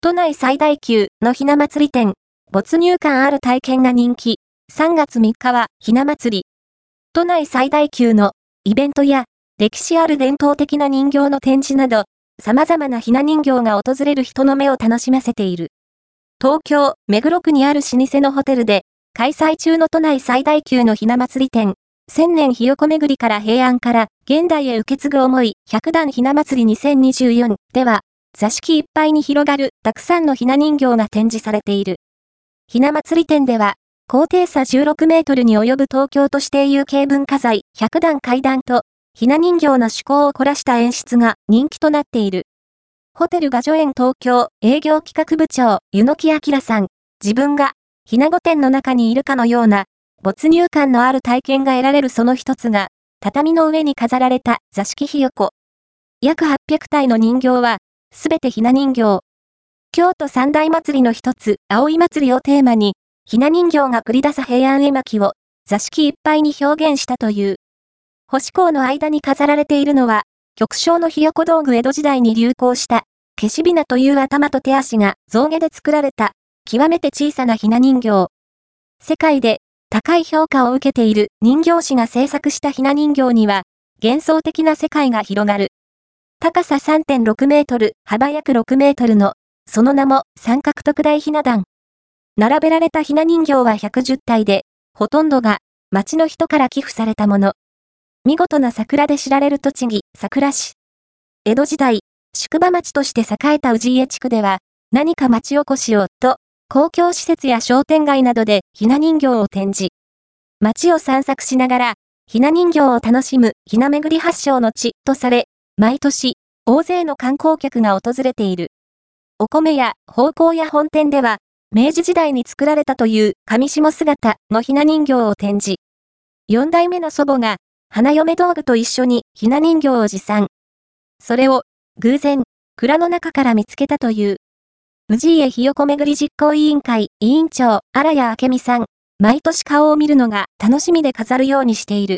都内最大級のひな祭り店、没入感ある体験が人気。3月3日はひな祭り。都内最大級のイベントや歴史ある伝統的な人形の展示など、様々なひな人形が訪れる人の目を楽しませている。東京、目黒区にある老舗のホテルで開催中の都内最大級のひな祭り展、千年ひよこ巡りから平安から現代へ受け継ぐ思い100段ひな祭り2024では、座敷いっぱいに広がるたくさんのひな人形が展示されている。ひな祭り展では、高低差16メートルに及ぶ東京都指定有形文化財100段階段と、ひな人形の趣向を凝らした演出が人気となっている。ホテル雅叙園東京営業企画部長、柚木明さん、自分がひな御殿の中にいるかのような没入感のある体験が得られるその一つが、畳の上に飾られた座敷ひよこ。約800体の人形は、すべてひな人形。京都三大祭りの一つ、葵祭をテーマに、ひな人形が繰り出す平安絵巻を座敷いっぱいに表現したという。星香の間に飾られているのは、極小のひよこ道具江戸時代に流行した、消しびなという頭と手足が象牙で作られた、極めて小さなひな人形。世界で高い評価を受けている人形師が制作したひな人形には、幻想的な世界が広がる。高さ 3.6 メートル、幅約6メートルの、その名も三角特大ひな壇。並べられたひな人形は110体で、ほとんどが町の人から寄付されたもの。見事な桜で知られる栃木、さくら市。江戸時代、宿場町として栄えた氏家地区では、何か町おこしをと、公共施設や商店街などでひな人形を展示。町を散策しながら、ひな人形を楽しむひな巡り発祥の地とされ、毎年、大勢の観光客が訪れている。お米や宝香屋本店では、明治時代に作られたという上下姿のひな人形を展示。4代目の祖母が、花嫁道具と一緒にひな人形を持参。それを、偶然、蔵の中から見つけたという。氏家ひよこ巡り実行委員会委員長、荒谷明美さん。毎年顔を見るのが楽しみで飾るようにしている。